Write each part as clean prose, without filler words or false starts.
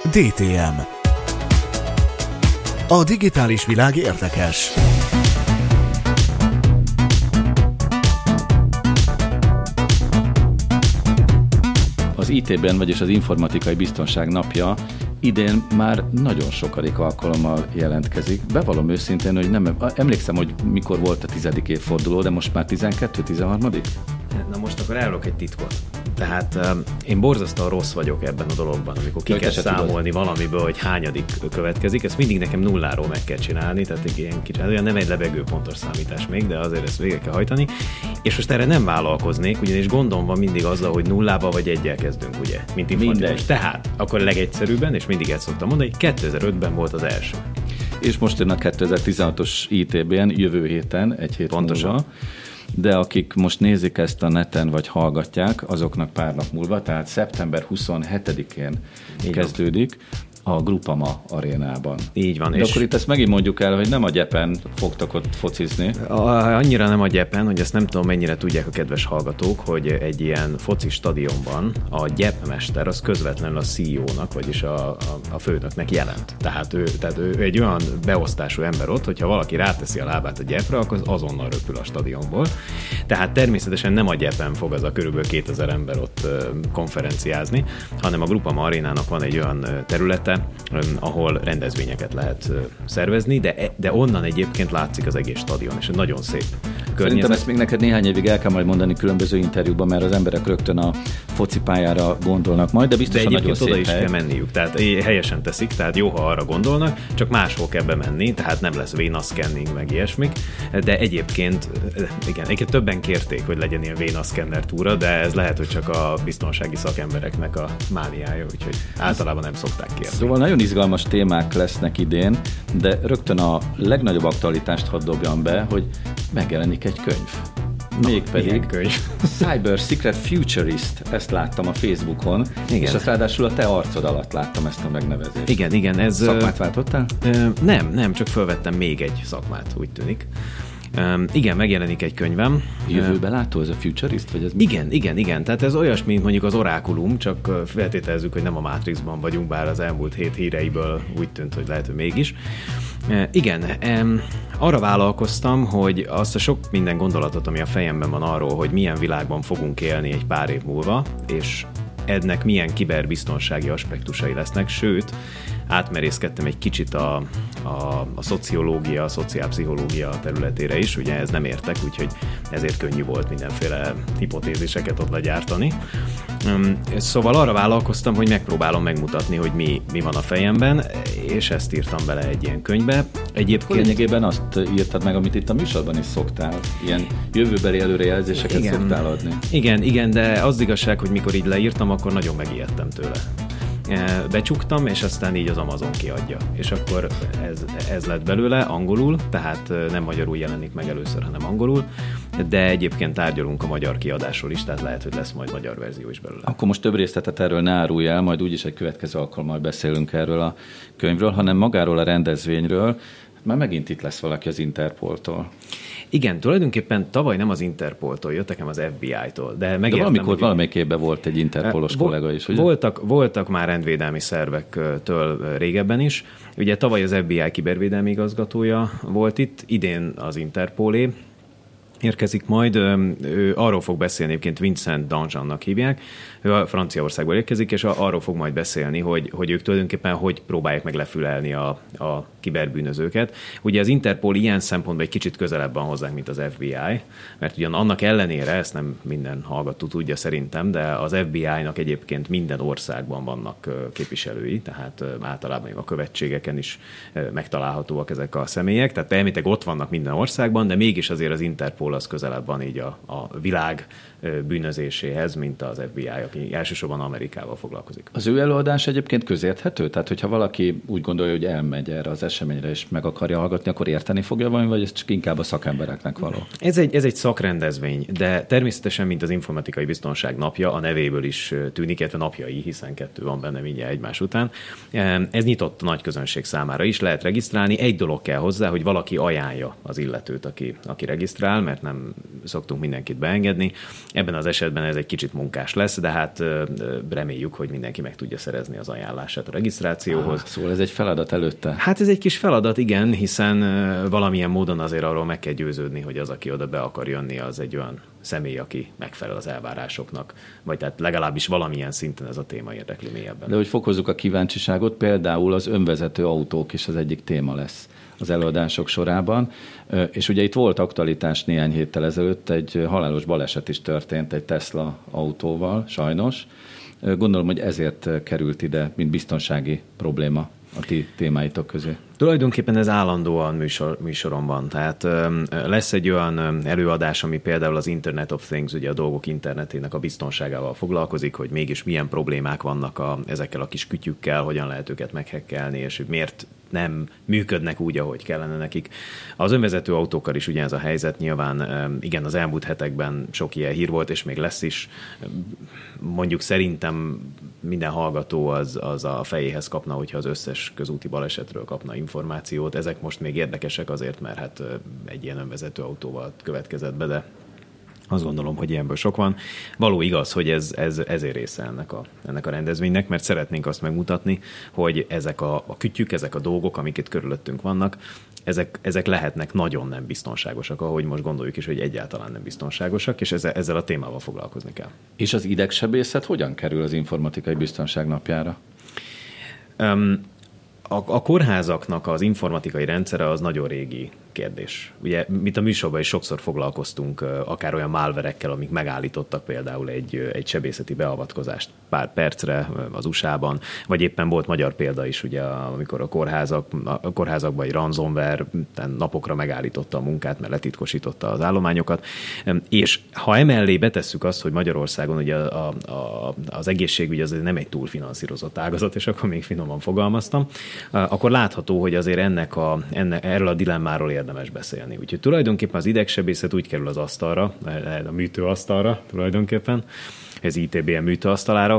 DTM. A digitális világ érdekes. Az IT-ben, vagyis az Informatikai Biztonság Napja idén már nagyon sokadik alkalommal jelentkezik. Bevallom őszintén, hogy nem emlékszem, hogy mikor volt a 10. évforduló, de most már 12. 13. Na most akkor elárulok egy titkot. Tehát én borzasztóan rossz vagyok ebben a dologban, amikor ki kell számolni valamiből, hogy hányadik következik. Ezt mindig nekem nulláról meg kell csinálni, tehát ilyen kicsit, olyan nem egy lebegő pontos számítás még, de azért ezt végig kell hajtani. És most erre nem vállalkoznék, ugyanis gondom van mindig azzal, hogy nullába vagy egyel kezdünk, ugye, mint informatikus. Tehát akkor legegyszerűbben, és mindig ezt szoktam mondani, 2005-ben volt az első. És most jön a 2016-os ITB-n, jövő héten, egy hét pontosan múlva. De akik most nézik ezt a neten, vagy hallgatják, azoknak pár nap múlva, tehát szeptember 27-én kezdődik a Groupama arénában. Így van. De és akkor itt ezt megint mondjuk el, hogy nem a gyepen fogtak ott focizni. Annyira nem a gyepen, hogy ezt nem tudom, mennyire tudják a kedves hallgatók, hogy egy ilyen foci stadionban a gyepmester az közvetlenül a CEO-nak, vagyis a főnöknek jelent. Tehát ő egy olyan beosztású ember ott, hogyha valaki ráteszi a lábát a gyepre, akkor azonnal röpül a stadionból. Tehát természetesen nem a gyepen fog az a körülbelül 2000 ember ott konferenciázni, hanem a Groupama arénának van egy olyan területe, ahol rendezvényeket lehet szervezni, de onnan egyébként látszik az egész stadion, és egy nagyon szép környezet. Szerintem ezt még neked néhány évig el kell majd mondani különböző interjúban, mert az emberek rögtön a focipályára gondolnak majd, de biztosan nagyon szép oda is hely. kell menniük, tehát helyesen teszik, tehát jó, ha arra gondolnak, csak máshol kell bemenni, tehát nem lesz véna scanning, meg ilyesmik, de egyébként többen kérték, hogy legyen ilyen véna scanner túra, de ez lehet, hogy csak a biztonsági szakembereknek a mániája, úgyhogy általában nem szokták kérni. Szóval nagyon izgalmas témák lesznek idén, de rögtön a legnagyobb aktualitást hadd dobjam be, hogy megjelenik egy könyv. Mégpedig Cyber Secret Futurist, ezt láttam a Facebookon, igen. És azt ráadásul a te arcod alatt láttam ezt a megnevezést. Igen. Ez, szakmát váltottál? Nem, csak felvettem még egy szakmát, úgy tűnik. Igen, megjelenik egy könyvem. Jövőbe látó ez a Futurist? Vagy ez igen. Tehát ez olyasmi, mint mondjuk az Orákulum, csak feltételezzük, hogy nem a Matrixban vagyunk, bár az elmúlt 7 híreiből úgy tűnt, hogy lehet, hogy mégis. Igen, arra vállalkoztam, hogy azt a sok minden gondolatot, ami a fejemben van arról, hogy milyen világban fogunk élni egy pár év múlva, és ennek milyen kiberbiztonsági aspektusai lesznek, sőt, átmerészkedtem egy kicsit a szociológia, a szociálpszichológia területére is, ugye ez nem értek, úgyhogy ezért könnyű volt mindenféle hipotéziseket ott legyártani. Szóval arra vállalkoztam, hogy megpróbálom megmutatni, hogy mi van a fejemben, és ezt írtam bele egy ilyen könyvbe. Egyébként lényegében azt írtad meg, amit itt a műsorban is szoktál, ilyen jövőbeli előrejelzéseket szoktál adni. Igen, de az igazság, hogy mikor így leírtam, akkor nagyon megijedtem tőle. Becsuktam, és aztán így az Amazon kiadja. És akkor ez lett belőle angolul, tehát nem magyarul jelenik meg először, hanem angolul, de egyébként tárgyalunk a magyar kiadásról is, tehát lehet, hogy lesz majd magyar verzió is belőle. Akkor most több részletet erről ne árulj el, majd úgyis egy következő alkalommal beszélünk erről a könyvről, hanem magáról a rendezvényről. Már megint itt lesz valaki az Interpoltól. Igen, tulajdonképpen tavaly nem az Interpoltól jött, nekem az FBI-tól. De valamikor valamelyik évben volt egy interpolos kollega is, ugye? Voltak már rendvédelmi szervektől régebben is. Ugye tavaly az FBI kibervédelmi igazgatója volt itt, idén az Interpolé érkezik majd. Ő arról fog beszélni, egyébként Vincent Danjeannak hívják, ő a Franciaországból érkezik, és arról fog majd beszélni, hogy ők tulajdonképpen hogy próbálják meg lefülelni a kiberbűnözőket. Ugye az Interpol ilyen szempontból egy kicsit közelebb van hozzánk, mint az FBI, mert ugyan annak ellenére, ezt nem minden hallgató tudja szerintem, de az FBI-nak egyébként minden országban vannak képviselői, tehát általában a követségeken is megtalálhatóak ezek a személyek, tehát elméletileg ott vannak minden országban, de mégis azért az Interpol az közelebb van így a világ bűnözéséhez, mint az FBI, aki elsősorban Amerikával foglalkozik. Az ő előadás egyébként közérthető? Tehát, hogyha valaki úgy gondolja, hogy elmegy erre az eseményre, és meg akarja hallgatni, akkor érteni fogja valami, vagy ez csak inkább a szakembereknek való? Ez egy szakrendezvény, de természetesen, mint az Informatikai Biztonság Napja, a nevéből is tűnik, illetve napjai, hiszen 2 van benne mindjárt egymás után. Ez nyitott a nagy közönség számára is, lehet regisztrálni. Egy dolog kell hozzá, hogy valaki ajánlja az illetőt, aki regisztrál, mert nem szoktunk mindenkit beengedni. Ebben az esetben ez egy kicsit munkás lesz, de hát reméljük, hogy mindenki meg tudja szerezni az ajánlását a regisztrációhoz. Szóval ez egy feladat előtte? Hát ez egy kis feladat, igen, hiszen valamilyen módon azért arról meg kell győződni, hogy az, aki oda be akar jönni, az egy olyan személy, aki megfelel az elvárásoknak, vagy tehát legalábbis valamilyen szinten ez a téma érdekli mélyebben. De hogy fokozzuk a kíváncsiságot, például az önvezető autók is az egyik téma lesz az előadások sorában, és ugye itt volt aktualitás néhány héttel ezelőtt, egy halálos baleset is történt egy Tesla autóval, sajnos. Gondolom, hogy ezért került ide, mint biztonsági probléma a ti témáitok közé. Tulajdonképpen ez állandóan műsoron van. Tehát lesz egy olyan előadás, ami például az Internet of Things, ugye a dolgok internetének a biztonságával foglalkozik, hogy mégis milyen problémák vannak ezekkel a kis kütyükkel, hogyan lehet őket meghekkelni, és hogy miért nem működnek úgy, ahogy kellene nekik. Az önvezető autókkal is ugyanez a helyzet, nyilván igen, az elmúlt hetekben sok ilyen hír volt, és még lesz is. Mondjuk szerintem minden hallgató az a fejéhez kapna, hogyha az összes közúti balesetről kapna információt. Ezek most még érdekesek azért, mert hát egy ilyen önvezető autóval következett be, de azt gondolom, hogy ilyenből sok van. Való igaz, hogy ezért része ennek a rendezvénynek, mert szeretnénk azt megmutatni, hogy ezek a kütyük, ezek a dolgok, amik itt körülöttünk vannak, ezek lehetnek nagyon nem biztonságosak, ahogy most gondoljuk is, hogy egyáltalán nem biztonságosak, és ezzel a témával foglalkozni kell. És az idegsebészet hogyan kerül az informatikai biztonság napjára? A kórházaknak az informatikai rendszere az nagyon régi kérdés. Ugye, mint a műsorban is sokszor foglalkoztunk akár olyan malverekkel, amik megállítottak például egy sebészeti beavatkozást pár percre az USA-ban, vagy éppen volt magyar példa is, ugye, amikor a kórházakban egy ransomware napokra megállította a munkát, mert letitkosította az állományokat. És ha emellé betesszük azt, hogy Magyarországon ugye az egészségügy az nem egy túl finanszírozott ágazat, és akkor még finoman fogalmaztam, akkor látható, hogy azért erről a dilemmáról érdemes beszélni. Úgyhogy tulajdonképpen az idegsebészet úgy kerül az asztalra, a műtőasztalra tulajdonképpen, ez ITBM műtőasztalára,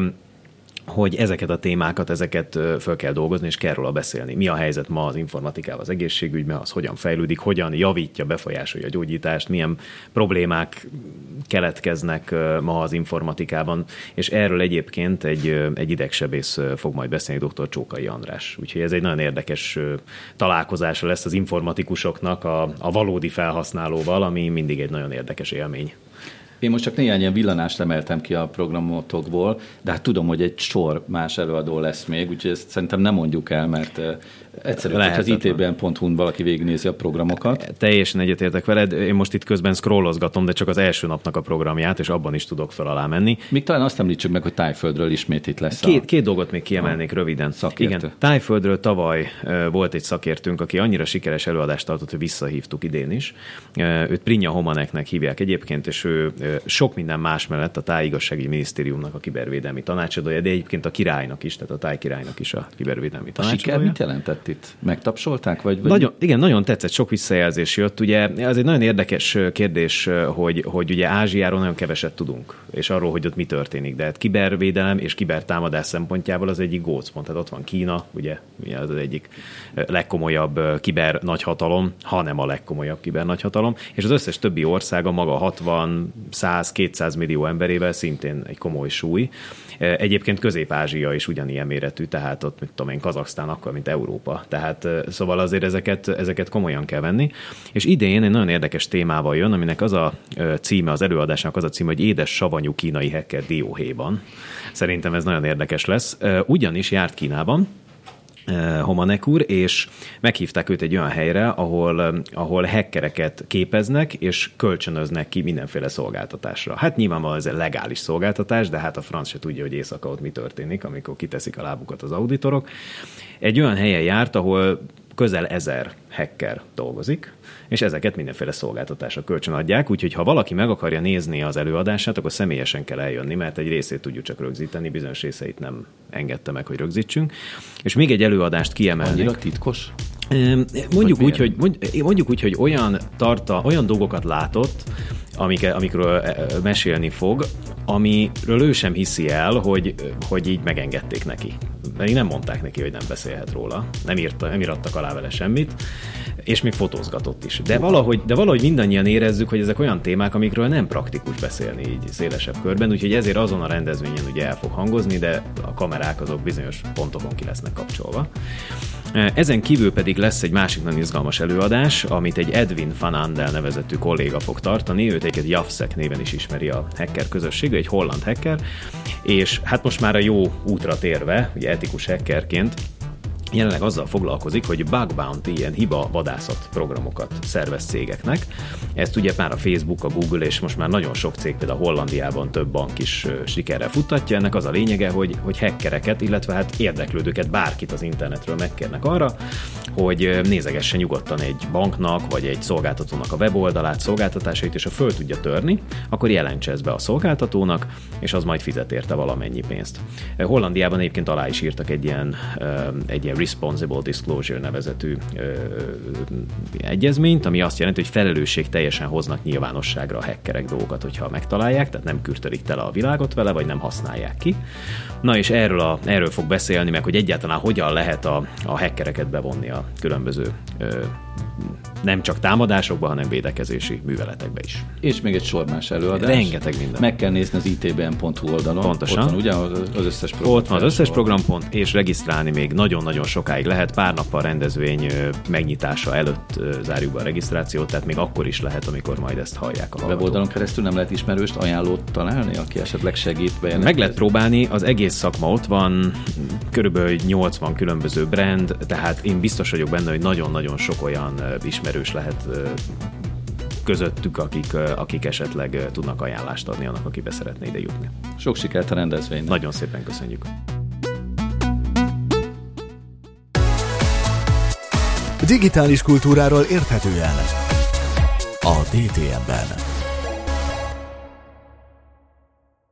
hogy ezeket a témákat, föl kell dolgozni, és kell róla beszélni. Mi a helyzet ma az informatikával, az egészségügyben, az hogyan fejlődik, hogyan javítja, befolyásolja a gyógyítást, milyen problémák keletkeznek ma az informatikában, és erről egyébként egy idegsebész fog majd beszélni, dr. Csókai András. Úgyhogy ez egy nagyon érdekes találkozása lesz az informatikusoknak a valódi felhasználóval, ami mindig egy nagyon érdekes élmény. Én most csak néhány ilyen villanást emeltem ki a programotokból, de hát tudom, hogy egy sor más előadó lesz még, úgyhogy ezt szerintem nem mondjuk el, mert egyszerűen, hogy az itbn.hu-n valaki végignézi a programokat. Teljesen egyetértek veled, én most itt közben scrollozgatom, de csak az első napnak a programját, és abban is tudok fel alá menni. Még talán azt említsük meg, hogy Tájföldről ismét itt lesz. Két dolgot még kiemelnék röviden. Szakértő. Igen, Tájföldről tavaly volt egy szakértőnk, aki annyira sikeres előadást tartott, hogy visszahívtuk idén is. Őt Prinja Homaneknek hívják egyébként, és ő sok minden más mellett a Tájigazságügyi Minisztériumnak a kibervédelmi tanácsadója, de egyébként a királynak is, tehát a Táj királynak is a kibervédelmi tanácsadója. A siker mit jelentett itt? Megtapsolták? Vagy... Igen, nagyon tetszett, sok visszajelzés jött. Ugye ez egy nagyon érdekes kérdés, hogy ugye Ázsiáról nagyon keveset tudunk, és arról, hogy ott mi történik. De hát kibervédelem és kibertámadás szempontjából az egyik gócpont. Tehát ott van Kína, ugye az egyik legkomolyabb kiber nagyhatalom, hanem a legkomolyabb kiber nagyhatalom, és az összes többi országa maga 60, 100-200 millió emberével szintén egy komoly súly. Egyébként Közép-Ázsia is ugyanilyen méretű, tehát ott, mit tudom én, Kazaksztán akkor, mint Európa. Tehát szóval azért ezeket komolyan kell venni. És idén egy nagyon érdekes témával jön, aminek az a címe, az előadásnak az a címe, hogy édes savanyú kínai hacker dióhéjban. Szerintem ez nagyon érdekes lesz. Ugyanis járt Kínában Homanek úr, és meghívták őt egy olyan helyre, ahol hackereket képeznek, és kölcsönöznek ki mindenféle szolgáltatásra. Hát nyilvánvalóan ez egy legális szolgáltatás, de hát a franc se tudja, hogy éjszaka ott mi történik, amikor kiteszik a lábukat az auditorok. Egy olyan helyen járt, ahol közel 1000 hacker dolgozik, és ezeket mindenféle szolgáltatásra kölcsönadják, úgyhogy ha valaki meg akarja nézni az előadását, akkor személyesen kell eljönni, mert egy részét tudjuk csak rögzíteni, bizonyos részeit nem engedte meg, hogy rögzítsünk. És még egy előadást kiemelnék. Annyira titkos? Mondjuk úgy, hogy olyan dolgokat látott, amikről mesélni fog, amiről ő sem hiszi el, hogy így megengedték neki. Pedig nem mondták neki, hogy nem beszélhet róla. Nem irattak alá vele semmit, és még fotózgatott is. De valahogy mindannyian érezzük, hogy ezek olyan témák, amikről nem praktikus beszélni így szélesebb körben, úgyhogy ezért azon a rendezvényen ugye el fog hangozni, de a kamerák azok bizonyos pontokon ki lesznek kapcsolva. Ezen kívül pedig lesz egy másik nagyon izgalmas előadás, amit egy Edwin van Andel nevezetű kolléga fog tartani, őt egyébként Javszek néven is ismeri a hacker közösség, egy holland hacker, és hát most már a jó útra térve, ugye etikus hackerként, jelenleg azzal foglalkozik, hogy bug bounty, ilyen hiba vadászat programokat szervez cégeknek. Ezt ugye már a Facebook, a Google és most már nagyon sok cég, például Hollandiában több bank is sikerrel futtatja. Ennek az a lényege, hogy hackereket, illetve hát érdeklődőket, bárkit az internetről megkérnek arra, hogy nézegessen nyugodtan egy banknak, vagy egy szolgáltatónak a weboldalát, szolgáltatásait, és ha föl tudja törni, akkor jelentse ezt be a szolgáltatónak, és az majd fizet érte valamennyi pénzt. Hollandiában egyébként alá is írtak egy ilyen Responsible Disclosure nevezetű egyezményt, ami azt jelenti, hogy felelősség teljesen hoznak nyilvánosságra a hackerek dolgokat, hogyha megtalálják, tehát nem kürtölik tele a világot vele, vagy nem használják ki. Na és erről fog beszélni, meg hogy egyáltalán hogyan lehet a hackereket bevonni a különböző nem csak támadásokba, hanem védekezési műveletekbe is. És még egy sor más előadás. Rengeteg minden. Meg kell nézni az itbn.hu oldalon. Pontosan. Ott van ugye az összes program. Ott van az összes programpont, és regisztrálni még nagyon-nagyon sokáig lehet. Pár nappal rendezvény megnyitása előtt zárjuk be a regisztrációt, tehát még akkor is lehet, amikor majd ezt hallják a hallgatók. Weboldalon keresztül nem lehet ismerőst, ajánlót találni, aki esetleg segít bejelentkezni? Meg lehet próbálni, az egész szakma ott van, körülbelül 80 különböző brand, tehát én biztos vagyok benne, hogy nagyon-nagyon sok olyan ismerős lehet közöttük, akik esetleg tudnak ajánlást adni annak, aki be szeretne ide jutni. Sok sikert a rendezvénynek. Nagyon szépen köszönjük. Digitális kultúráról érthetően a DTM-ben.